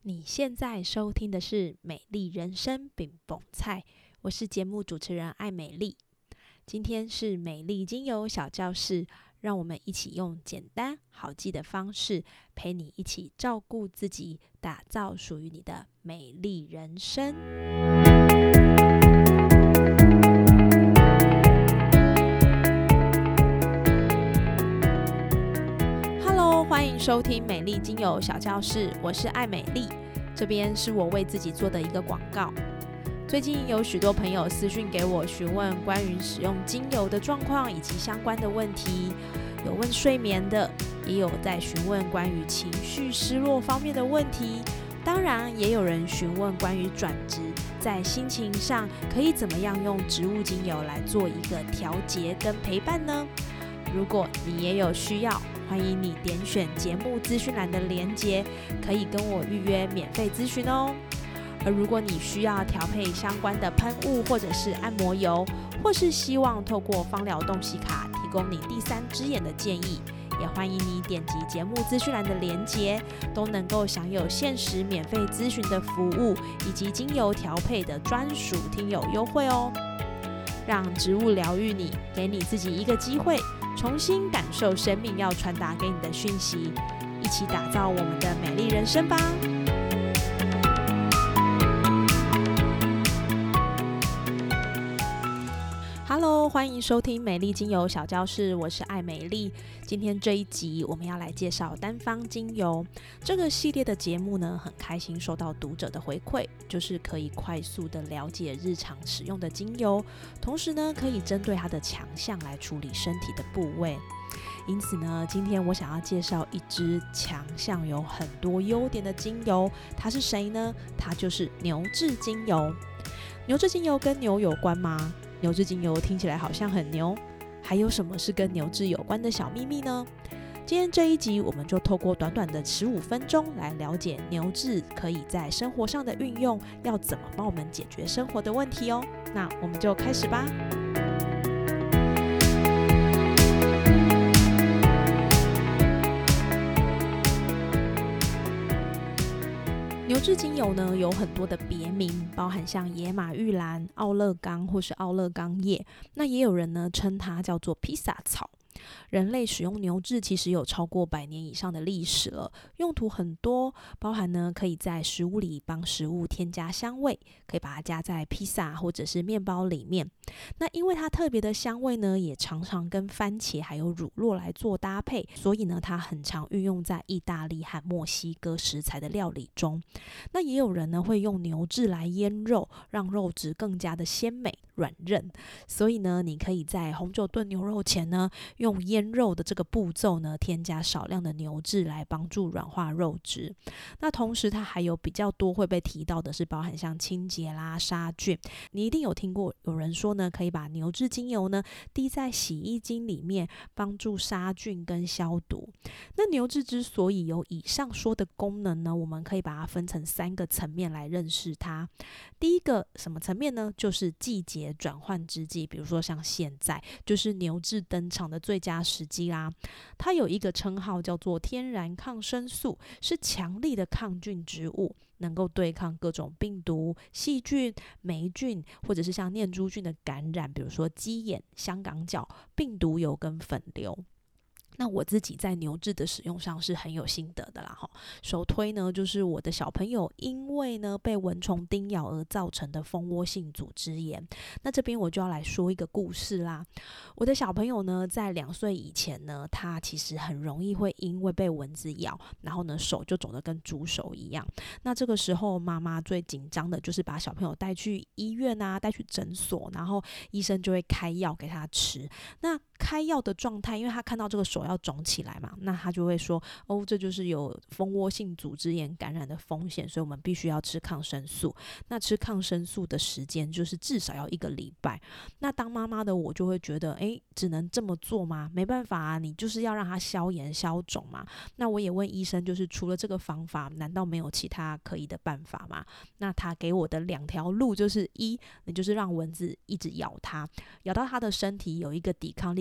你现在收听的是美丽人生饼蹦菜，我是节目主持人艾美丽。今天是美丽精油小教室，让我们一起用简单好记的方式，陪你一起照顾自己，打造属于你的美丽人生。Hello， 欢迎收听美丽精油小教室，我是艾美丽。这边是我为自己做的一个广告。最近有许多朋友私讯给我询问关于使用精油的状况以及相关的问题，有问睡眠的，也有在询问关于情绪失落方面的问题，当然也有人询问关于转职在心情上可以怎么样用植物精油来做一个调节跟陪伴呢？如果你也有需要，欢迎你点选节目资讯栏的连结，可以跟我预约免费咨询哦。而如果你需要调配相关的喷雾或者是按摩油，或是希望透过芳疗洞悉卡提供你第三只眼的建议，也欢迎你点击节目资讯栏的连结，都能够享有限时免费咨询的服务，以及精油调配的专属听友优惠哦。让植物疗愈你，给你自己一个机会，重新感受生命要传达给你的讯息，一起打造我们的美丽人生吧。Hello， 欢迎收听美丽精油小教室，我是艾美丽。今天这一集我们要来介绍单方精油这个系列的节目呢，很开心收到读者的回馈，就是可以快速的了解日常使用的精油，同时呢可以针对它的强项来处理身体的部位。因此呢，今天我想要介绍一支强项有很多优点的精油，它是谁呢？它就是牛至精油。牛至精油跟牛有关吗？牛至精油听起来好像很牛，还有什么是跟牛至有关的小秘密呢？今天这一集我们就透过短短的15分钟来了解牛至可以在生活上的运用，要怎么帮我们解决生活的问题哦。那我们就开始吧。牛至精油呢有很多的别名，包含像野马玉兰、奥勒冈或是奥勒冈叶，那也有人呢称它叫做披萨草。人类使用牛至其实有超过100年以上的历史了，用途很多，包含呢可以在食物里帮食物添加香味，可以把它加在披萨或者是面包里面。那因为它特别的香味呢，也常常跟番茄还有乳酪来做搭配，所以呢它很常运用在意大利和墨西哥食材的料理中。那也有人呢会用牛至来腌肉，让肉质更加的鲜美软韧，所以呢你可以在红酒炖牛肉前呢，用腌肉的这个步骤呢，添加少量的牛至来帮助软化肉质。那同时它还有比较多会被提到的是包含像清洁啦、杀菌。你一定有听过有人说呢，可以把牛至精油呢滴在洗衣精里面，帮助杀菌跟消毒。那牛至之所以有以上说的功能呢，我们可以把它分成3个层面来认识它。第一个什么层面呢？就是季节转换之际，比如说像现在就是牛至登场的最佳时机啦。它有一个称号叫做天然抗生素，是强力的抗菌植物，能够对抗各种病毒、细菌、霉菌，或者是像念珠菌的感染，比如说鸡眼、香港脚、病毒疣跟粉瘤。那我自己在牛至的使用上是很有心得的啦。首推呢就是我的小朋友因为呢被蚊虫叮咬而造成的蜂窝性组织炎。那这边我就要来说一个故事啦。我的小朋友呢在2岁以前呢，他其实很容易会因为被蚊子咬，然后呢手就肿得跟猪手一样。那这个时候妈妈最紧张的就是把小朋友带去医院啊，带去诊所，然后医生就会开药给他吃。那开药的状态，因为他看到这个手要肿起来嘛，那他就会说这就是有蜂窝性组织炎感染的风险，所以我们必须要吃抗生素。那吃抗生素的时间就是至少要1个礼拜。那当妈妈的我就会觉得只能这么做吗？没办法啊，你就是要让他消炎消肿嘛。那我也问医生，就是除了这个方法，难道没有其他可以的办法吗？那他给我的2条路就是：1，你就是让蚊子一直咬他，咬到他的身体有一个抵抗力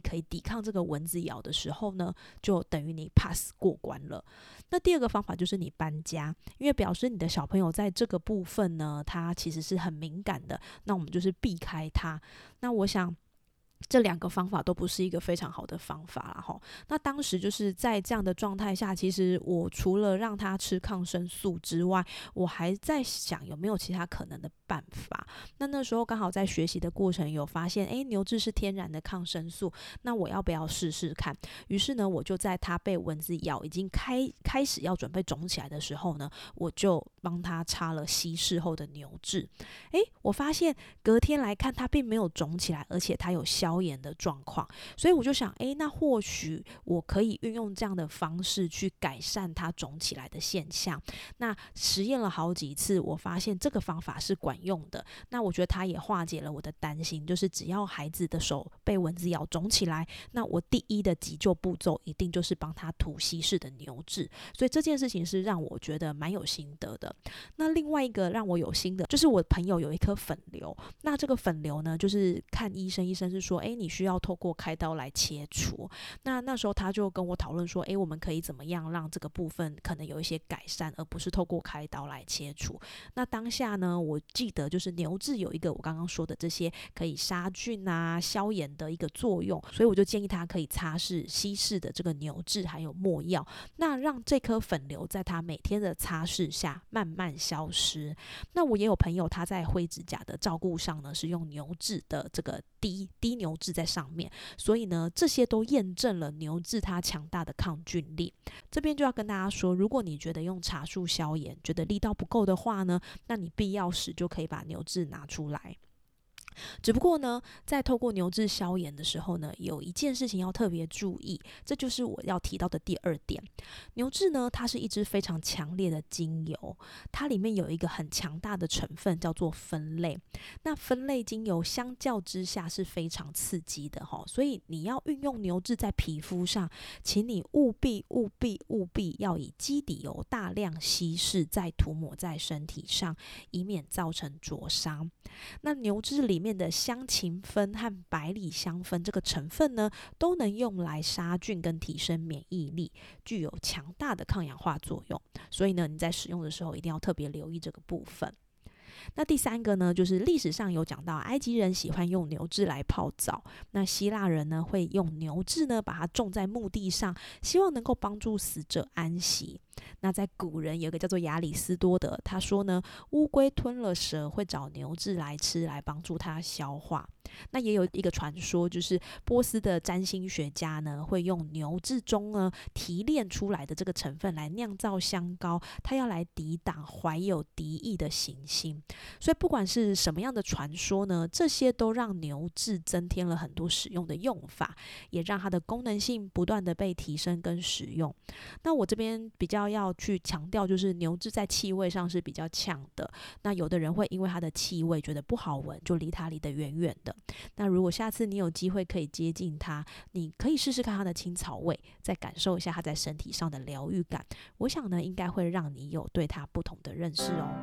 可以抵抗这个蚊子咬的时候呢，就等于你 pass 过关了。那第二个方法就是你搬家，因为表示你的小朋友在这个部分呢，他其实是很敏感的，那我们就是避开他。那我想这两个方法都不是一个非常好的方法啦齁。那当时就是在这样的状态下，其实我除了让他吃抗生素之外，我还在想有没有其他可能的办法。那时候刚好在学习的过程有发现，牛至是天然的抗生素，那我要不要试试看？于是呢，我就在他被蚊子咬已经开始要准备肿起来的时候呢，我就帮他擦了稀释后的牛至。我发现隔天来看，他并没有肿起来，而且他有消炎的状况，所以我就想，那或许我可以运用这样的方式去改善他肿起来的现象。那实验了好几次，我发现这个方法是管用的。那我觉得他也化解了我的担心，就是只要孩子的手被蚊子咬肿起来，那我第一的急救步骤一定就是帮他涂稀释的牛至。所以这件事情是让我觉得蛮有心得的。那另外一个让我有心得，就是我朋友有一颗粉瘤，那这个粉瘤呢，就是看医生，医生是说，你需要透过开刀来切除。那时候他就跟我讨论说，我们可以怎么样让这个部分可能有一些改善，而不是透过开刀来切除。那当下呢，我记得就是牛至有一个我刚刚说的这些可以杀菌啊、消炎的一个作用，所以我就建议他可以擦拭稀释的这个牛至还有没药，那让这颗粉瘤在他每天的擦拭下慢慢消失。那我也有朋友他在灰指甲的照顾上呢，是用牛至的这个滴牛至在上面，所以呢，这些都验证了牛至它强大的抗菌力。这边就要跟大家说，如果你觉得用茶树消炎觉得力道不够的话呢，那你必要时就可以把牛至拿出来。只不过呢，在透过牛至消炎的时候呢，有一件事情要特别注意，这就是我要提到的第二点。牛至呢，它是一支非常强烈的精油，它里面有一个很强大的成分叫做酚类。那酚类精油相较之下是非常刺激的齁，所以你要运用牛至在皮肤上，请你务必要以基底油大量稀释，再涂抹在身体上，以免造成灼伤。那牛至里面的香芹酚和百里香酚这个成分呢，都能用来杀菌跟提升免疫力，具有强大的抗氧化作用。所以呢，你在使用的时候一定要特别留意这个部分。那第三个呢，就是历史上有讲到，埃及人喜欢用牛至来泡澡，那希腊人呢会用牛至呢把它种在墓地上，希望能够帮助死者安息。那在古人有一个叫做亚里斯多德，他说呢，乌龟吞了蛇会找牛至来吃，来帮助它消化。那也有一个传说，就是波斯的占星学家呢，会用牛至中呢提炼出来的这个成分来酿造香膏，它要来抵挡怀有敌意的行星。所以不管是什么样的传说呢，这些都让牛至增添了很多使用的用法，也让它的功能性不断的被提升跟使用。那我这边比较要去强调，就是牛至在气味上是比较呛的，那有的人会因为它的气味觉得不好闻，就离它离得远远的。那如果下次你有机会可以接近它，你可以试试看它的青草味，再感受一下它在身体上的疗愈感，我想呢，应该会让你有对它不同的认识哦。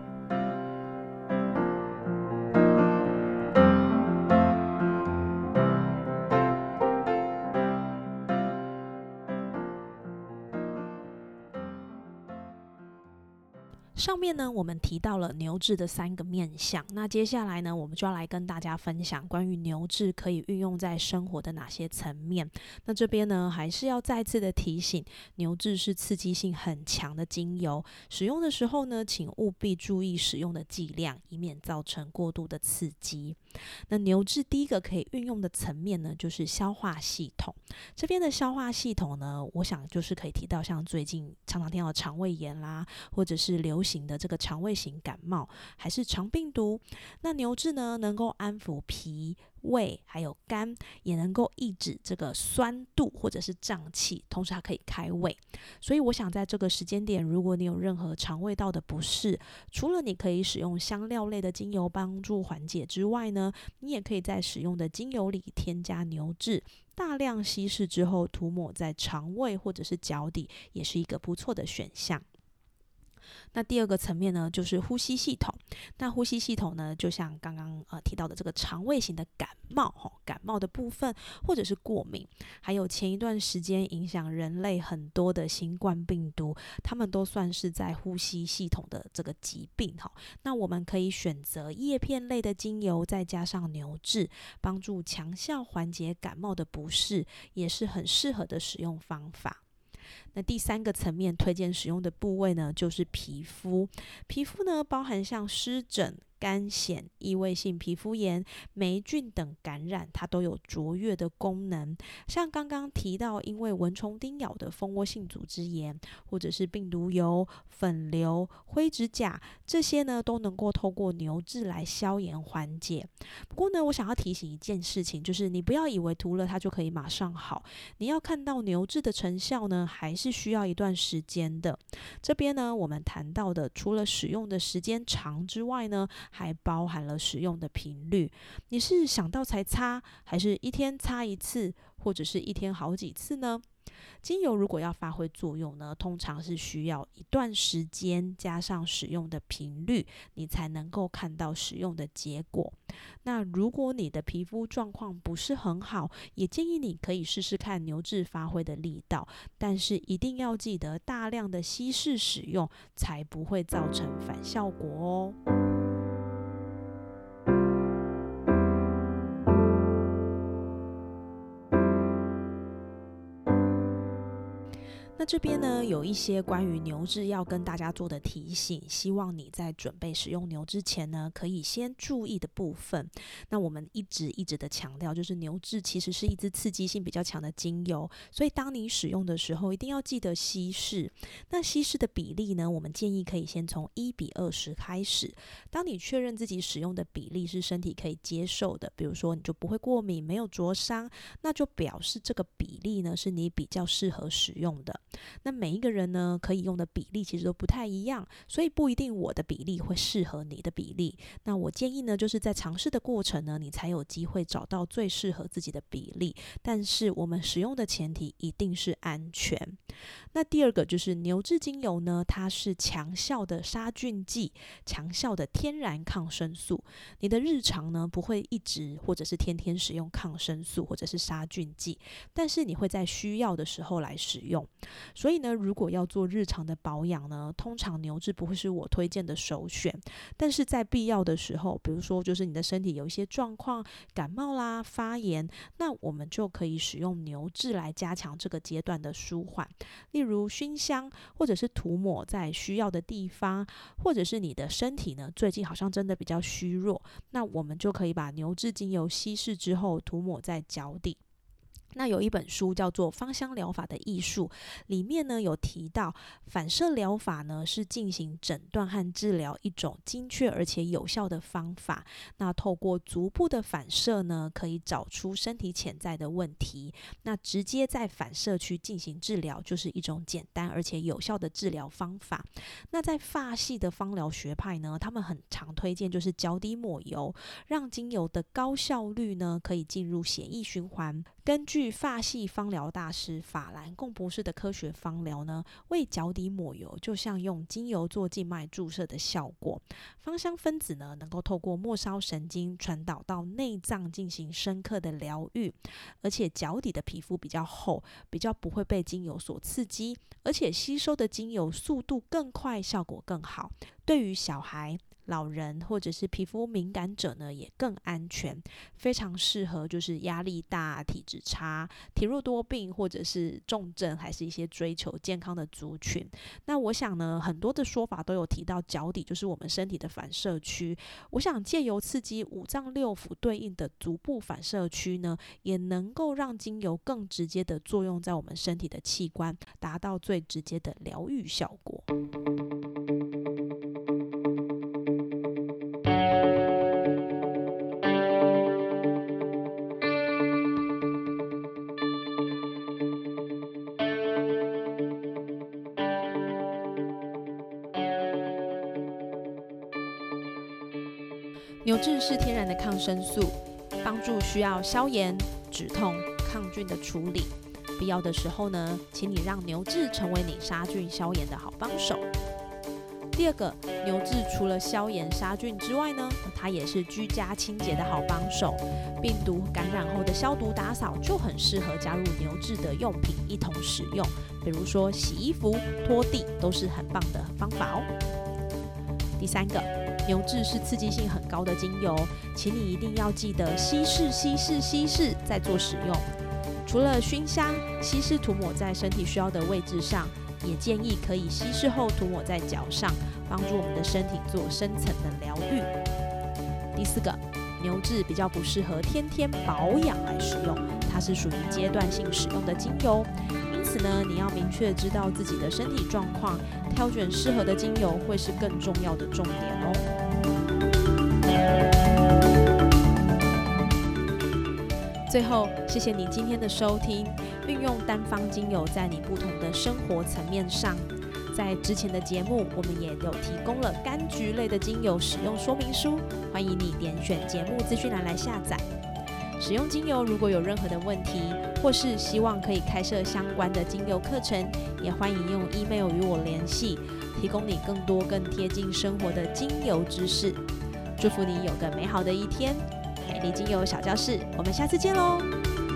上面呢，我们提到了牛至的3个面向，那接下来呢，我们就要来跟大家分享关于牛至可以运用在生活的哪些层面。那这边呢，还是要再次的提醒，牛至是刺激性很强的精油，使用的时候呢，请务必注意使用的剂量，以免造成过度的刺激。那牛至第一个可以运用的层面呢，就是消化系统。这边的消化系统呢，我想就是可以提到像最近常常听到的肠胃炎啦，或者是流行的这个肠胃型感冒，还是肠病毒。那牛至呢，能够安抚脾、胃还有肝，也能够抑制这个酸度或者是胀气，同时它可以开胃。所以我想在这个时间点，如果你有任何肠胃道的不适，除了你可以使用香料类的精油帮助缓解之外呢，你也可以在使用的精油里添加牛至，大量稀释之后涂抹在肠胃或者是脚底，也是一个不错的选项。 那第二个层面呢，就是呼吸系统。那呼吸系统呢，就像刚刚提到的这个肠胃型的感冒的部分，或者是过敏，还有前一段时间影响人类很多的新冠病毒，它们都算是在呼吸系统的这个疾病。那我们可以选择叶片类的精油，再加上牛至，帮助强效缓解感冒的不适，也是很适合的使用方法。那第三个层面推荐使用的部位呢，就是皮肤。皮肤呢，包含像湿疹、干癣、异位性皮肤炎、霉菌等感染，它都有卓越的功能。像刚刚提到因为蚊虫叮咬的蜂窝性组织炎，或者是病毒疣、粉瘤、灰指甲，这些呢都能够透过牛至来消炎缓解。不过呢，我想要提醒一件事情，就是你不要以为涂了它就可以马上好，你要看到牛至的成效呢，还是需要一段时间的。这边呢，我们谈到的除了使用的时间长之外呢，还包含了使用的频率。你是想到才擦，还是一天擦一次，或者是一天好几次呢？精油如果要发挥作用呢，通常是需要一段时间加上使用的频率，你才能够看到使用的结果。那如果你的皮肤状况不是很好，也建议你可以试试看牛至发挥的力道，但是一定要记得大量的稀释使用，才不会造成反效果哦。那这边呢，有一些关于牛至要跟大家做的提醒，希望你在准备使用牛之前呢，可以先注意的部分。那我们一直的强调，就是牛至其实是一支刺激性比较强的精油，所以当你使用的时候，一定要记得稀释。那稀释的比例呢，我们建议可以先从1:20开始。当你确认自己使用的比例是身体可以接受的，比如说你就不会过敏，没有灼伤，那就表示这个比例呢是你比较适合使用的。那每一个人呢，可以用的比例其实都不太一样，所以不一定我的比例会适合你的比例。那我建议呢，就是在尝试的过程呢，你才有机会找到最适合自己的比例。但是我们使用的前提一定是安全。那第二个就是牛至精油呢，它是强效的杀菌剂，强效的天然抗生素。你的日常呢，不会一直或者是天天使用抗生素或者是杀菌剂，但是你会在需要的时候来使用。所以呢，如果要做日常的保养呢，通常牛至不会是我推荐的首选。但是在必要的时候，比如说就是你的身体有一些状况，感冒啦、发炎，那我们就可以使用牛至来加强这个阶段的舒缓。例如熏香，或者是涂抹在需要的地方，或者是你的身体呢，最近好像真的比较虚弱，那我们就可以把牛至精油稀释之后涂抹在脚底。那有一本书叫做《芳香疗法的艺术》，里面呢有提到，反射疗法呢是进行诊断和治疗一种精确而且有效的方法。那透过足部的反射呢，可以找出身体潜在的问题。那直接在反射区进行治疗，就是一种简单而且有效的治疗方法。那在法系的芳疗学派呢，他们很常推荐就是脚底抹油，让精油的高效率呢可以进入血液循环。根据法系芳疗大师法兰贡博士的科学芳疗呢，为脚底抹油就像用精油做静脉注射的效果。芳香分子呢，能够透过末梢神经传导到内脏进行深刻的疗愈，而且脚底的皮肤比较厚，比较不会被精油所刺激，而且吸收的精油速度更快，效果更好。对于小孩、老人或者是皮肤敏感者呢，也更安全，非常适合就是压力大、体质差、体弱多病或者是重症，还是一些追求健康的族群。那我想呢，很多的说法都有提到脚底就是我们身体的反射区。我想借由刺激五脏六腑对应的足部反射区呢，也能够让精油更直接的作用在我们身体的器官，达到最直接的疗愈效果。牛至是天然的抗生素，帮助需要消炎、止痛、抗菌的处理。必要的时候呢，请你让牛至成为你杀菌消炎的好帮手。 第二个，牛至除了消炎杀菌之外呢，它也是居家清洁的好帮手。病毒感染后的消毒打扫就很适合加入牛至的用品一同使用，比如说洗衣服、拖地都是很棒的方法哦。第三个，牛至是刺激性很高的精油，请你一定要记得稀释、稀释、稀释再做使用。除了熏香、稀释涂抹在身体需要的位置上，也建议可以稀释后涂抹在脚上，帮助我们的身体做深层的疗愈。第四个，牛至比较不适合天天保养来使用，它是属于阶段性使用的精油，因此呢，你要明确知道自己的身体状况，挑选适合的精油会是更重要的重点哦。最后，谢谢你今天的收听，运用单方精油在你不同的生活层面上。在之前的节目，我们也有提供了柑橘类的精油使用说明书，欢迎你点选节目资讯栏来下载。使用精油如果有任何的问题，或是希望可以开设相关的精油课程，也欢迎用 email 与我联系，提供你更多更贴近生活的精油知识。祝福你有个美好的一天，美丽精油小教室，我们下次见喽！